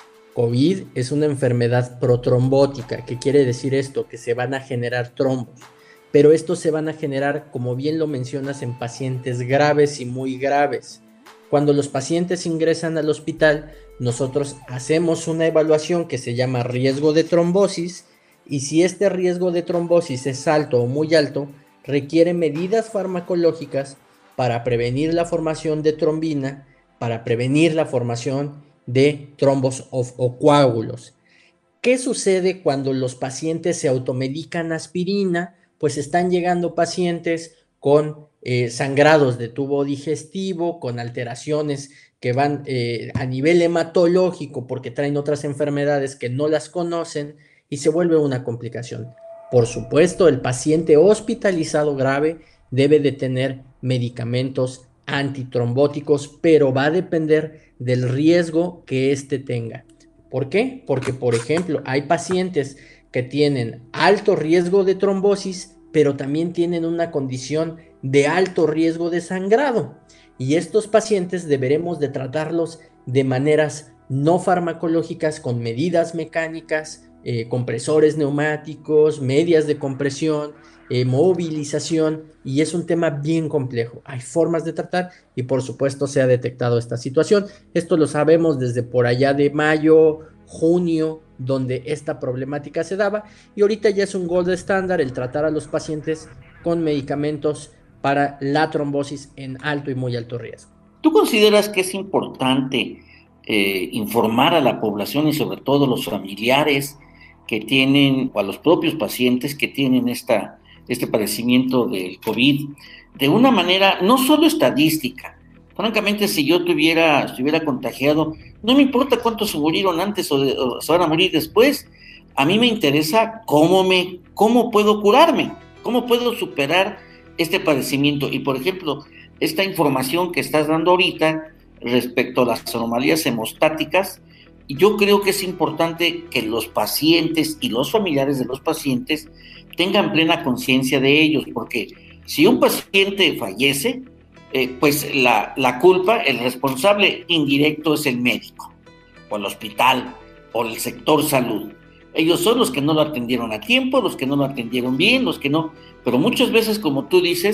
COVID es una enfermedad protrombótica. ¿Qué quiere decir esto? Que se van a generar trombos, pero estos se van a generar, como bien lo mencionas, en pacientes graves y muy graves. Cuando los pacientes ingresan al hospital, nosotros hacemos una evaluación que se llama riesgo de trombosis, y si este riesgo de trombosis es alto o muy alto, requiere medidas farmacológicas para prevenir la formación de trombina, para prevenir la formación de trombos o, o coágulos. ¿Qué sucede cuando los pacientes se automedican aspirina? Pues están llegando pacientes con eh, sangrados de tubo digestivo, con alteraciones que van eh, a nivel hematológico porque traen otras enfermedades que no las conocen y se vuelve una complicación. Por supuesto, el paciente hospitalizado grave debe de tener medicamentos antitrombóticos, pero va a depender del riesgo que éste tenga. ¿Por qué? Porque, por ejemplo, hay pacientes que tienen alto riesgo de trombosis, pero también tienen una condición de alto riesgo de sangrado. Y estos pacientes deberemos de tratarlos de maneras no farmacológicas, con medidas mecánicas, eh, compresores neumáticos, medias de compresión, eh, movilización, y es un tema bien complejo. Hay formas de tratar y por supuesto se ha detectado esta situación. Esto lo sabemos desde por allá de mayo, junio, donde esta problemática se daba, y ahorita ya es un gold estándar el tratar a los pacientes con medicamentos para la trombosis en alto y muy alto riesgo. ¿Tú consideras que es importante eh, informar a la población y sobre todo a los familiares que tienen, o a los propios pacientes que tienen esta, este padecimiento del COVID, de una manera no solo estadística? Francamente, si yo tuviera, estuviera contagiado, no me importa cuántos se murieron antes o, de, o se van a morir después. A mí me interesa cómo, me, cómo puedo curarme, cómo puedo superar este padecimiento. Y, por ejemplo, esta información que estás dando ahorita respecto a las anomalías hemostáticas, yo creo que es importante que los pacientes y los familiares de los pacientes tengan plena conciencia de ellos, porque si un paciente fallece, eh, pues la, la culpa, el responsable indirecto es el médico, o el hospital, o el sector salud. Ellos son los que no lo atendieron a tiempo, los que no lo atendieron bien, los que no... Pero muchas veces, como tú dices,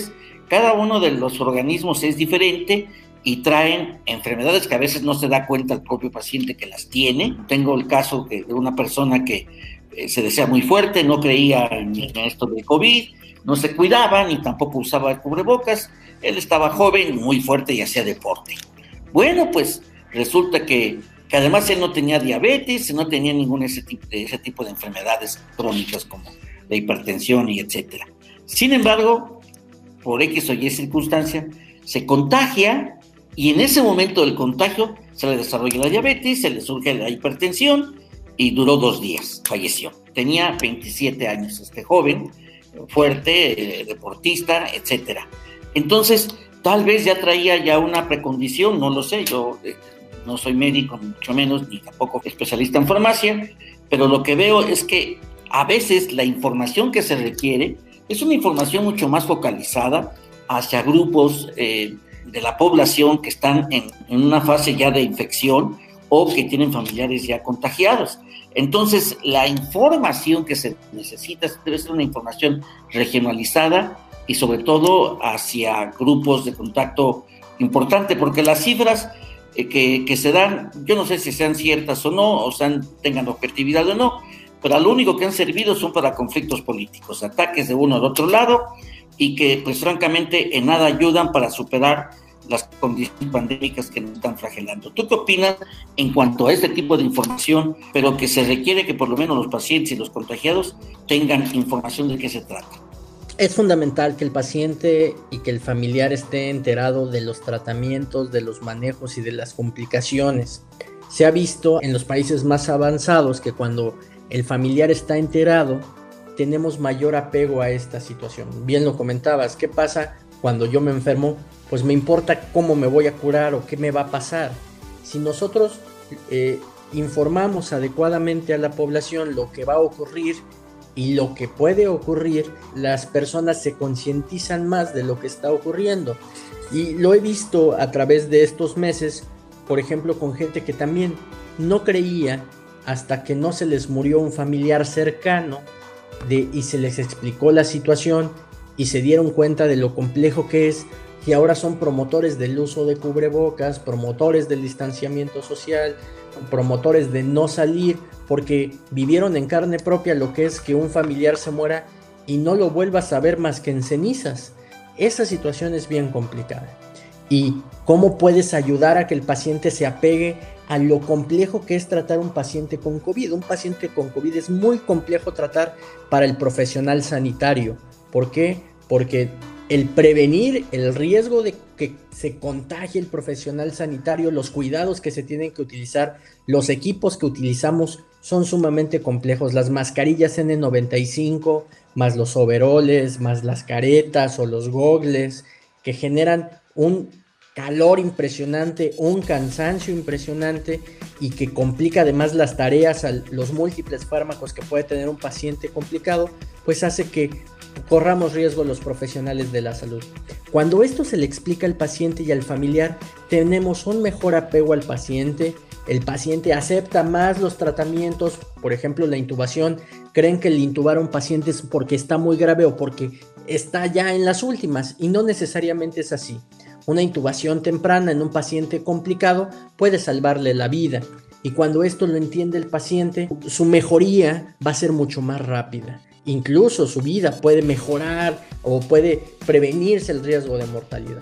Cada uno de los organismos es diferente y traen enfermedades que a veces no se da cuenta el propio paciente que las tiene. Tengo el caso de una persona que eh, se decía muy fuerte, no creía en esto del COVID, no se cuidaba ni tampoco usaba el cubrebocas. Él estaba joven, muy fuerte y hacía deporte. Bueno, pues resulta que, que además él no tenía diabetes, no tenía ningún ese tipo de, ese tipo de enfermedades crónicas como la hipertensión y etcétera. Sin embargo, por X o Y circunstancia, se contagia y en ese momento del contagio se le desarrolla la diabetes, se le surge la hipertensión y duró dos días, falleció. Tenía veintisiete años este joven, fuerte, eh, deportista, etcétera. Entonces, tal vez ya traía ya una precondición, no lo sé, yo eh, no soy médico, mucho menos, ni tampoco especialista en farmacia, pero lo que veo es que a veces la información que se requiere es una información mucho más focalizada hacia grupos eh, de la población que están en, en una fase ya de infección o que tienen familiares ya contagiados. Entonces, la información que se necesita debe ser una información regionalizada y sobre todo hacia grupos de contacto importante, porque las cifras eh, que, que se dan, yo no sé si sean ciertas o no, o sean, tengan objetividad o no, pero lo único que han servido son para conflictos políticos, ataques de uno al otro lado, y que pues francamente en nada ayudan para superar las condiciones pandémicas que nos están flagelando. ¿Tú qué opinas en cuanto a este tipo de información, pero que se requiere que por lo menos los pacientes y los contagiados tengan información de qué se trata? Es fundamental que el paciente y que el familiar esté enterado de los tratamientos, de los manejos y de las complicaciones. Se ha visto en los países más avanzados que cuando el familiar está enterado, tenemos mayor apego a esta situación. Bien lo comentabas, ¿qué pasa cuando yo me enfermo? Pues me importa cómo me voy a curar o qué me va a pasar. Si nosotros eh, informamos adecuadamente a la población lo que va a ocurrir y lo que puede ocurrir, las personas se concientizan más de lo que está ocurriendo. Y lo he visto a través de estos meses, por ejemplo, con gente que también no creía hasta que no se les murió un familiar cercano de, y se les explicó la situación y se dieron cuenta de lo complejo que es, y ahora son promotores del uso de cubrebocas, promotores del distanciamiento social, promotores de no salir, porque vivieron en carne propia lo que es que un familiar se muera y no lo vuelvas a ver más que en cenizas. Esa situación es bien complicada. ¿Y cómo puedes ayudar a que el paciente se apegue a lo complejo que es tratar un paciente con COVID? Un paciente con COVID es muy complejo tratar para el profesional sanitario. ¿Por qué? Porque el prevenir el riesgo de que se contagie el profesional sanitario, los cuidados que se tienen que utilizar, los equipos que utilizamos son sumamente complejos. Las mascarillas ene noventa y cinco, más los overoles, más las caretas o los gogles, que generan un calor impresionante, un cansancio impresionante y que complica además las tareas, a los múltiples fármacos que puede tener un paciente complicado, pues hace que corramos riesgo los profesionales de la salud. Cuando esto se le explica al paciente y al familiar, tenemos un mejor apego al paciente, el paciente acepta más los tratamientos, por ejemplo la intubación, creen que el intubar a un paciente es porque está muy grave o porque está ya en las últimas, y no necesariamente es así. Una intubación temprana en un paciente complicado puede salvarle la vida, y cuando esto lo entiende el paciente, su mejoría va a ser mucho más rápida. Incluso su vida puede mejorar o puede prevenirse el riesgo de mortalidad.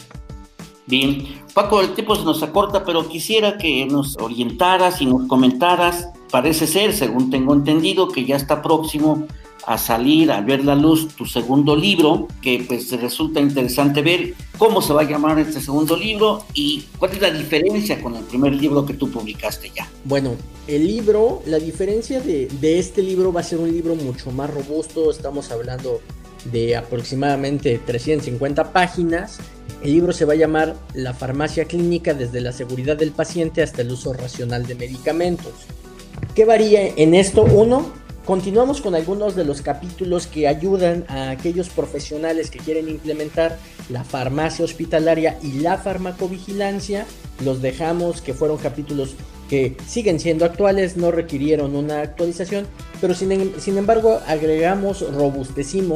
Bien, Paco, el tiempo se nos acorta, pero quisiera que nos orientaras y nos comentaras. Parece ser, según tengo entendido, que ya está próximo a salir, a ver la luz, tu segundo libro, que pues resulta interesante ver cómo se va a llamar este segundo libro y cuál es la diferencia con el primer libro que tú publicaste ya. Bueno, el libro, la diferencia de, de este libro va a ser un libro mucho más robusto. Estamos hablando de aproximadamente trescientas cincuenta páginas. El libro se va a llamar La farmacia clínica desde la seguridad del paciente hasta el uso racional de medicamentos. ¿Qué varía en esto? Uno, continuamos con algunos de los capítulos que ayudan a aquellos profesionales que quieren implementar la farmacia hospitalaria y la farmacovigilancia. Los dejamos, que fueron capítulos que siguen siendo actuales, no requirieron una actualización, pero sin, sin embargo agregamos, robustecimos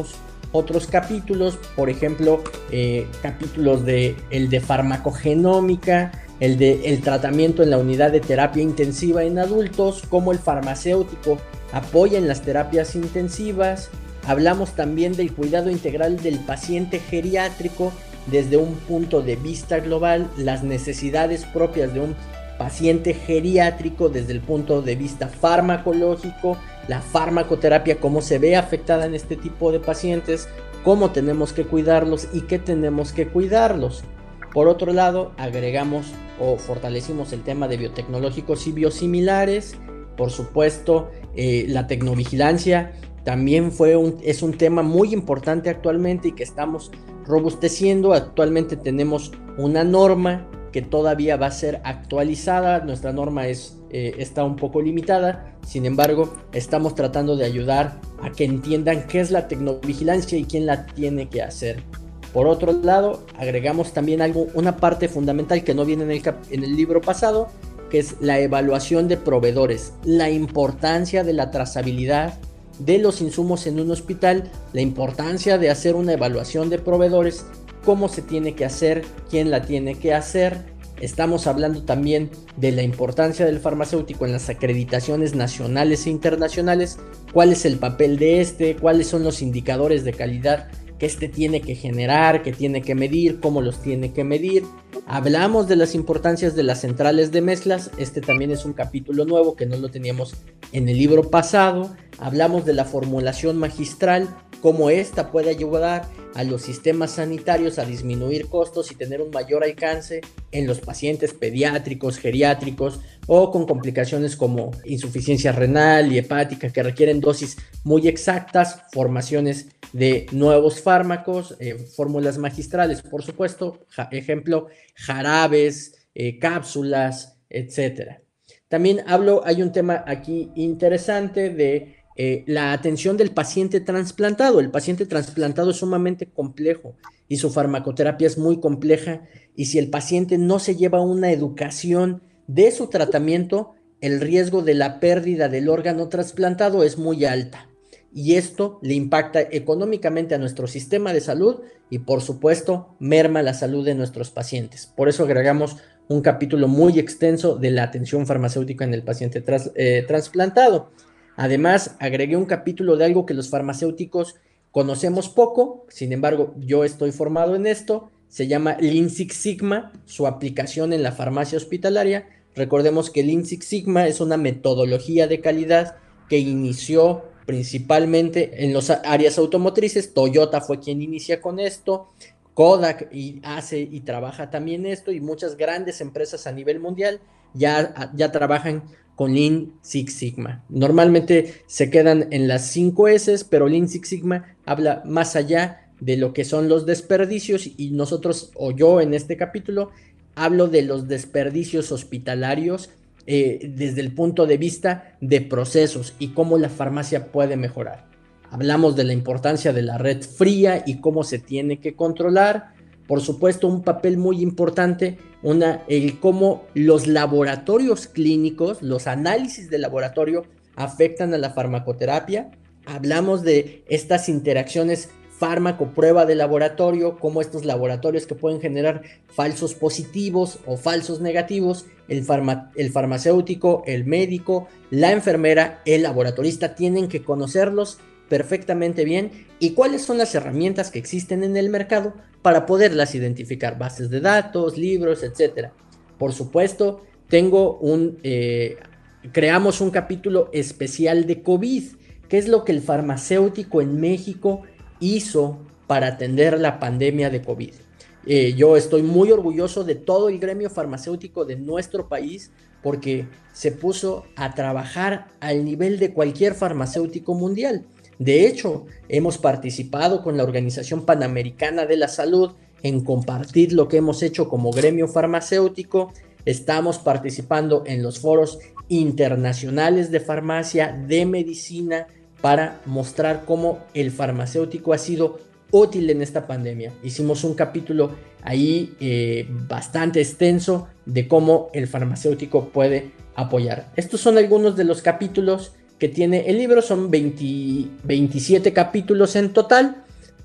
otros capítulos, por ejemplo, eh, capítulos de el de farmacogenómica, el de el tratamiento en la unidad de terapia intensiva en adultos, cómo el farmacéutico apoya en las terapias intensivas. Hablamos también del cuidado integral del paciente geriátrico desde un punto de vista global, las necesidades propias de un paciente geriátrico desde el punto de vista farmacológico, la farmacoterapia, cómo se ve afectada en este tipo de pacientes, cómo tenemos que cuidarlos y qué tenemos que cuidarlos. Por otro lado, agregamos o fortalecimos el tema de biotecnológicos y biosimilares. Por supuesto, eh, la tecnovigilancia también fue un, es un tema muy importante actualmente y que estamos robusteciendo. Actualmente tenemos una norma que todavía va a ser actualizada. Nuestra norma es, eh, está un poco limitada, sin embargo, estamos tratando de ayudar a que entiendan qué es la tecnovigilancia y quién la tiene que hacer. Por otro lado, agregamos también algo, una parte fundamental que no viene en el, cap- en el libro pasado, que es la evaluación de proveedores, la importancia de la trazabilidad de los insumos en un hospital, la importancia de hacer una evaluación de proveedores, cómo se tiene que hacer, quién la tiene que hacer. Estamos hablando también de la importancia del farmacéutico en las acreditaciones nacionales e internacionales, cuál es el papel de este, cuáles son los indicadores de calidad que este tiene que generar, que tiene que medir, cómo los tiene que medir. Hablamos de las importancias de las centrales de mezclas, este también es un capítulo nuevo que no lo teníamos en el libro pasado. Hablamos de la formulación magistral, cómo esta puede ayudar a los sistemas sanitarios a disminuir costos y tener un mayor alcance en los pacientes pediátricos, geriátricos o con complicaciones como insuficiencia renal y hepática que requieren dosis muy exactas, formaciones de nuevos fármacos, eh, fórmulas magistrales, por supuesto, ja, ejemplo, jarabes, eh, cápsulas, etcétera. También hablo, hay un tema aquí interesante de eh, la atención del paciente trasplantado. El paciente trasplantado es sumamente complejo y su farmacoterapia es muy compleja, y si el paciente no se lleva una educación de su tratamiento, el riesgo de la pérdida del órgano trasplantado es muy alta. Y esto le impacta económicamente a nuestro sistema de salud y, por supuesto, merma la salud de nuestros pacientes. Por eso agregamos un capítulo muy extenso de la atención farmacéutica en el paciente tras, eh, trasplantado. Además, agregué un capítulo de algo que los farmacéuticos conocemos poco, sin embargo, yo estoy formado en esto, se llama Lean Six Sigma, su aplicación en la farmacia hospitalaria. Recordemos que Lean Six Sigma es una metodología de calidad que inició principalmente en las áreas automotrices. Toyota fue quien inicia con esto, Kodak y hace y trabaja también esto, y muchas grandes empresas a nivel mundial ya, ya trabajan con Lean Six Sigma. Normalmente se quedan en las cinco S, pero Lean Six Sigma habla más allá de lo que son los desperdicios, y nosotros, o yo en este capítulo, hablo de los desperdicios hospitalarios Eh, desde el punto de vista de procesos y cómo la farmacia puede mejorar. Hablamos de la importancia de la red fría y cómo se tiene que controlar. Por supuesto, un papel muy importante, una, el cómo los laboratorios clínicos, los análisis de laboratorio afectan a la farmacoterapia. Hablamos de estas interacciones fármaco, prueba de laboratorio, como estos laboratorios que pueden generar falsos positivos o falsos negativos, el, farma, el farmacéutico, el médico, la enfermera, el laboratorista tienen que conocerlos perfectamente bien, y cuáles son las herramientas que existen en el mercado para poderlas identificar, bases de datos, libros, etcétera. Por supuesto, tengo un, eh, creamos un capítulo especial de COVID, que es lo que el farmacéutico en México hizo para atender la pandemia de COVID. Eh, yo estoy muy orgulloso de todo el gremio farmacéutico de nuestro país, porque se puso a trabajar al nivel de cualquier farmacéutico mundial. De hecho, hemos participado con la Organización Panamericana de la Salud en compartir lo que hemos hecho como gremio farmacéutico. Estamos participando en los foros internacionales de farmacia, de medicina, para mostrar cómo el farmacéutico ha sido útil en esta pandemia. Hicimos un capítulo ahí eh, bastante extenso de cómo el farmacéutico puede apoyar. Estos son algunos de los capítulos que tiene el libro, son veinte, veintisiete capítulos en total.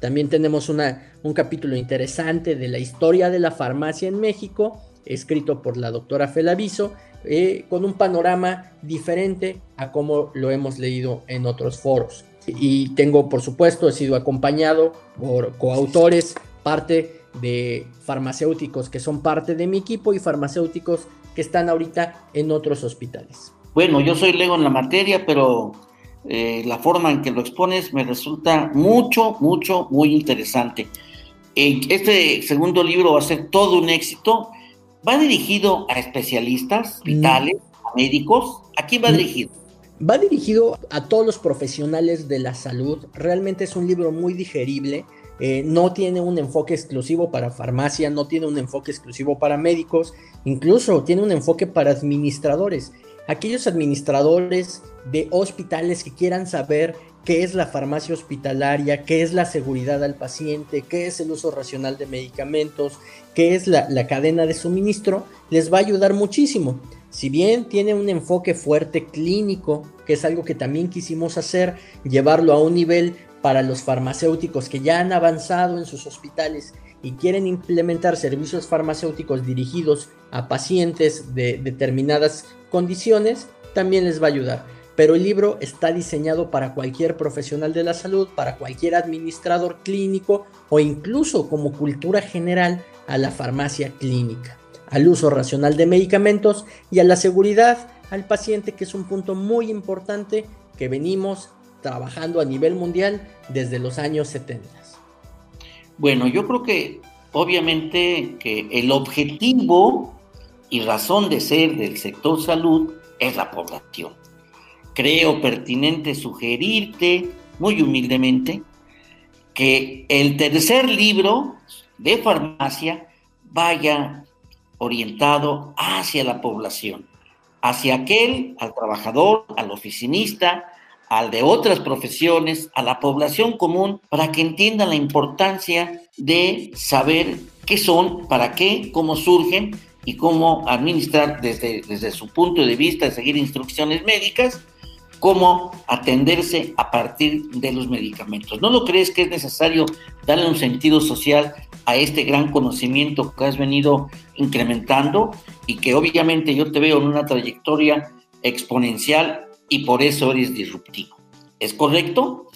También tenemos una, un capítulo interesante de la historia de la farmacia en México, escrito por la doctora Felaviso, eh, con un panorama diferente a como lo hemos leído en otros foros. Y tengo, por supuesto, he sido acompañado por coautores, parte de farmacéuticos que son parte de mi equipo y farmacéuticos que están ahorita en otros hospitales. Bueno, yo soy lego en la materia, pero eh, la forma en que lo expones me resulta mucho, mucho, muy interesante. Eh, este segundo libro va a ser todo un éxito. ¿Va dirigido a especialistas, hospitales, mm. a médicos? ¿A quién va mm. dirigido? Va dirigido a todos los profesionales de la salud. Realmente es un libro muy digerible. Eh, no tiene un enfoque exclusivo para farmacia, no tiene un enfoque exclusivo para médicos, incluso tiene un enfoque para administradores. Aquellos administradores de hospitales que quieran saber qué es la farmacia hospitalaria, qué es la seguridad al paciente, qué es el uso racional de medicamentos, qué es la, la cadena de suministro, les va a ayudar muchísimo. Si bien tiene un enfoque fuerte clínico, que es algo que también quisimos hacer, llevarlo a un nivel para los farmacéuticos que ya han avanzado en sus hospitales y quieren implementar servicios farmacéuticos dirigidos a pacientes de determinadas condiciones, también les va a ayudar. Pero el libro está diseñado para cualquier profesional de la salud, para cualquier administrador clínico o incluso como cultura general a la farmacia clínica, al uso racional de medicamentos y a la seguridad al paciente, que es un punto muy importante que venimos trabajando a nivel mundial desde los años setenta. Bueno, yo creo que obviamente que el objetivo y razón de ser del sector salud es la población. Creo pertinente sugerirte, muy humildemente, que el tercer libro de farmacia vaya orientado hacia la población, hacia aquel, al trabajador, al oficinista, al de otras profesiones, a la población común, para que entiendan la importancia de saber qué son, para qué, cómo surgen y cómo administrar desde, desde su punto de vista de seguir instrucciones médicas, cómo atenderse a partir de los medicamentos. ¿No lo crees que es necesario darle un sentido social a este gran conocimiento que has venido incrementando y que obviamente yo te veo en una trayectoria exponencial y por eso eres disruptivo? ¿Es correcto?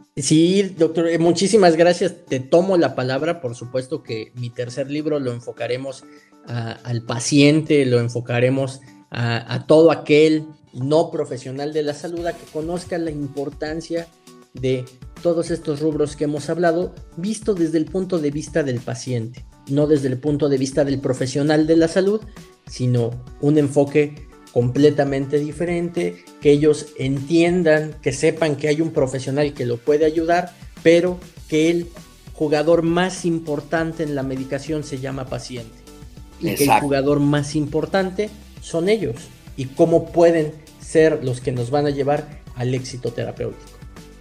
Sí, doctor, muchísimas gracias. Te tomo la palabra. Por supuesto que mi tercer libro lo enfocaremos a, al paciente, lo enfocaremos a, a todo aquel no profesional de la salud, a que conozca la importancia de todos estos rubros que hemos hablado, visto desde el punto de vista del paciente, no desde el punto de vista del profesional de la salud, sino un enfoque completamente diferente, que ellos entiendan, que sepan que hay un profesional que lo puede ayudar, pero que el jugador más importante en la medicación se llama paciente. Y Exacto. que el jugador más importante son ellos. Y cómo pueden ser los que nos van a llevar al éxito terapéutico.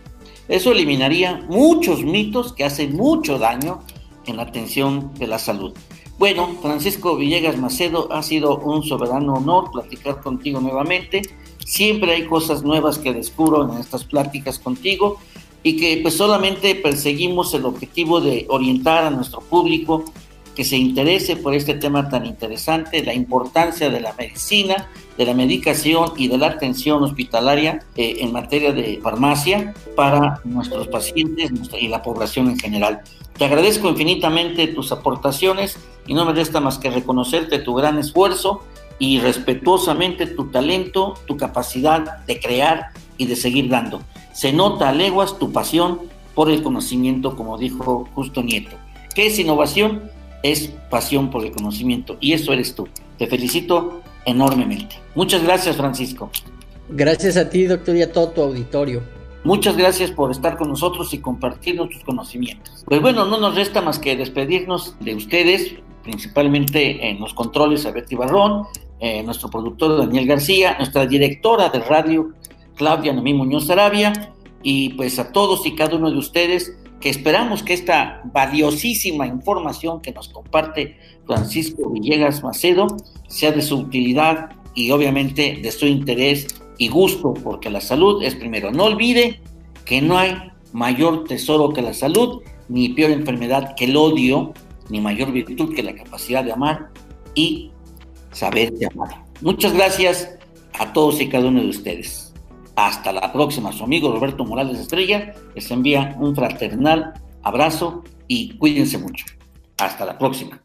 Eso eliminaría muchos mitos que hacen mucho daño en la atención de la salud. Bueno, Francisco Villegas Macedo, ha sido un soberano honor platicar contigo nuevamente. Siempre hay cosas nuevas que descubro en estas pláticas contigo y que pues solamente perseguimos el objetivo de orientar a nuestro público que se interese por este tema tan interesante, la importancia de la medicina, de la medicación y de la atención hospitalaria eh, en materia de farmacia para nuestros pacientes y la población en general. Te agradezco infinitamente tus aportaciones y no me resta más que reconocerte tu gran esfuerzo y respetuosamente tu talento, tu capacidad de crear y de seguir dando. Se nota a leguas tu pasión por el conocimiento, como dijo Justo Nieto. ¿Qué es innovación? Es pasión por el conocimiento y eso eres tú. Te felicito enormemente. Muchas gracias, Francisco. Gracias a ti, doctor, y a todo tu auditorio. Muchas gracias por estar con nosotros y compartir nuestros conocimientos. Pues bueno, no nos resta más que despedirnos de ustedes, principalmente en los controles a Betty Barrón, eh, nuestro productor Daniel García, nuestra directora de radio Claudia Noemí Muñoz Arabia, y pues a todos y cada uno de ustedes, que esperamos que esta valiosísima información que nos comparte Francisco Villegas Macedo sea de su utilidad y obviamente de su interés y gusto, porque la salud es primero. No olvide que no hay mayor tesoro que la salud ni peor enfermedad que el odio, ni mayor virtud que la capacidad de amar y saberse amar. Muchas gracias a todos y cada uno de ustedes. Hasta la próxima. Su amigo Roberto Morales Estrella les envía un fraternal abrazo y cuídense mucho. Hasta la próxima.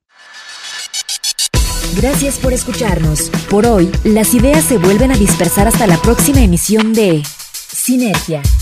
Gracias por escucharnos. Por hoy, las ideas se vuelven a dispersar hasta la próxima emisión de Sinergia.